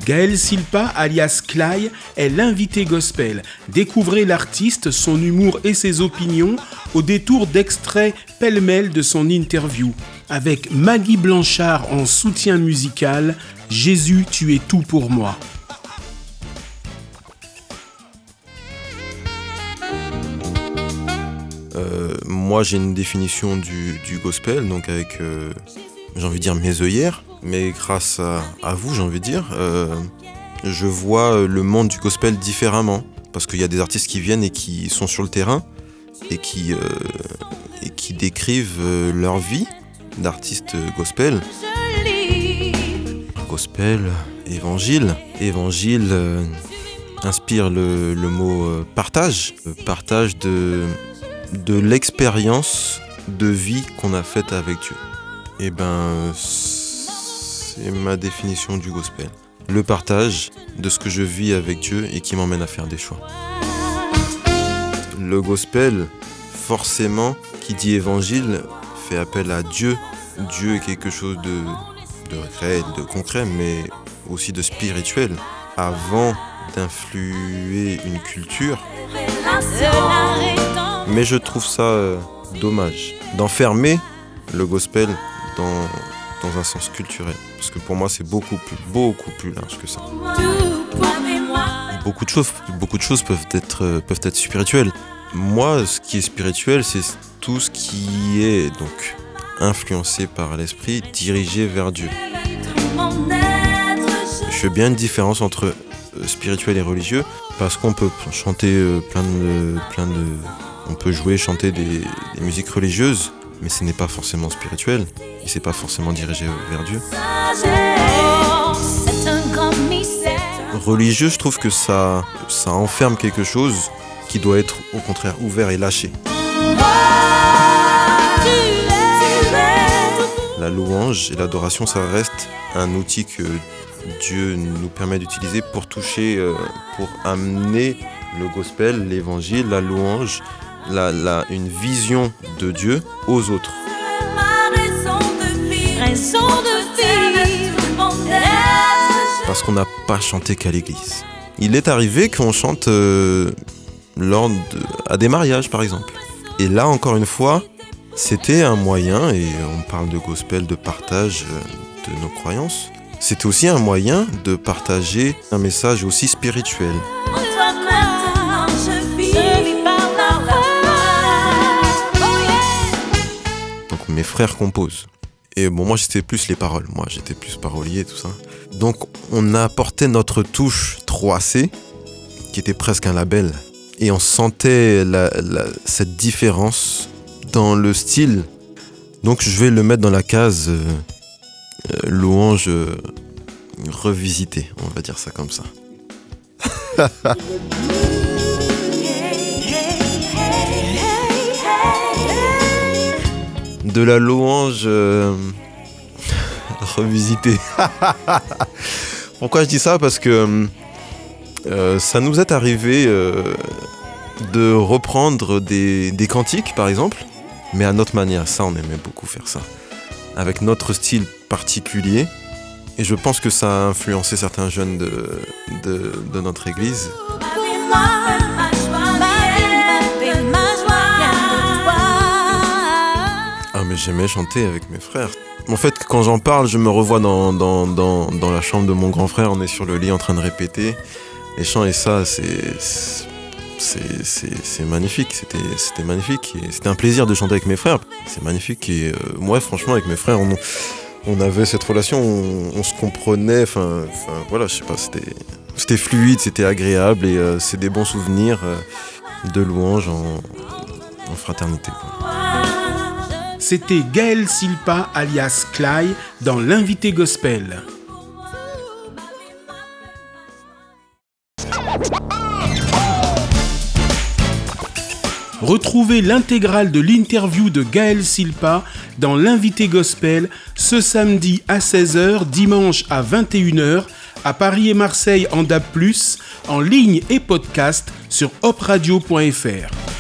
Gaël Silpa, alias Clay, est l'invité gospel. Découvrez l'artiste, son humour et ses opinions au détour d'extraits pêle-mêle de son interview. Avec Maggie Blanchard en soutien musical, Jésus, tu es tout pour moi. Moi, j'ai une définition du gospel, donc avec, j'ai envie de dire, mes œillères. Mais grâce à vous, j'ai envie de dire, je vois le monde du gospel différemment. Parce qu'il y a des artistes qui viennent et qui sont sur le terrain et qui décrivent leur vie d'artistes gospel. Gospel, évangile. Évangile inspire le mot partage. Partage de l'expérience de vie qu'on a faite avec Dieu. Et c'est ma définition du gospel. Le partage de ce que je vis avec Dieu et qui m'emmène à faire des choix. Le gospel, forcément, qui dit évangile, fait appel à Dieu. Dieu est quelque chose de réel, de concret, mais aussi de spirituel. Avant d'influer une culture. Mais je trouve ça dommage d'enfermer le gospel dans un sens culturel. Parce que pour moi, c'est beaucoup plus large que ça. Beaucoup de choses peuvent être spirituelles. Moi, ce qui est spirituel, c'est tout ce qui est donc influencé par l'esprit, dirigé vers Dieu. Je fais bien une différence entre spirituel et religieux, parce qu'on peut chanter on peut chanter des musiques religieuses, mais ce n'est pas forcément spirituel, et c'est pas forcément dirigé vers Dieu. Religieux, je trouve que ça enferme quelque chose qui doit être au contraire ouvert et lâché. La louange et l'adoration, ça reste un outil que Dieu nous permet d'utiliser pour toucher, pour amener le gospel, l'évangile, la louange, une vision de Dieu aux autres. Parce qu'on n'a pas chanté qu'à l'église. Il est arrivé qu'on chante à des mariages, par exemple. Et là, encore une fois, c'était un moyen, et on parle de gospel, de partage de nos croyances, c'était aussi un moyen de partager un message aussi spirituel. Donc mes frères composent. Et bon, moi j'étais plus les paroles, j'étais plus parolier, tout ça. Donc on a apporté notre touche 3C, qui était presque un label. Et on sentait cette différence dans le style. Donc je vais le mettre dans la case louange revisitée, on va dire ça comme ça. De la louange revisitée. Pourquoi je dis ça ? Parce que ça nous est arrivé de reprendre des cantiques, par exemple, mais à notre manière. Ça, on aimait beaucoup faire ça, avec notre style particulier. Et je pense que ça a influencé certains jeunes de notre église. Ah, mais j'aimais chanter avec mes frères. En fait, quand j'en parle, je me revois dans la chambre de mon grand frère. On est sur le lit en train de répéter les chants, et ça, c'est magnifique. C'était magnifique. Et c'était un plaisir de chanter avec mes frères. C'est magnifique. Et moi, franchement, avec mes frères, on avait cette relation, on se comprenait. Enfin, voilà, je sais pas. C'était fluide, c'était agréable, et c'est des bons souvenirs de louange en fraternité, quoi. C'était Gaël Silpa, alias Clay, dans l'invité gospel. Retrouvez l'intégrale de l'interview de Gaël Silpa dans l'invité gospel ce samedi à 16h, dimanche à 21h, à Paris et Marseille en DAB+, en ligne et podcast sur hopradio.fr.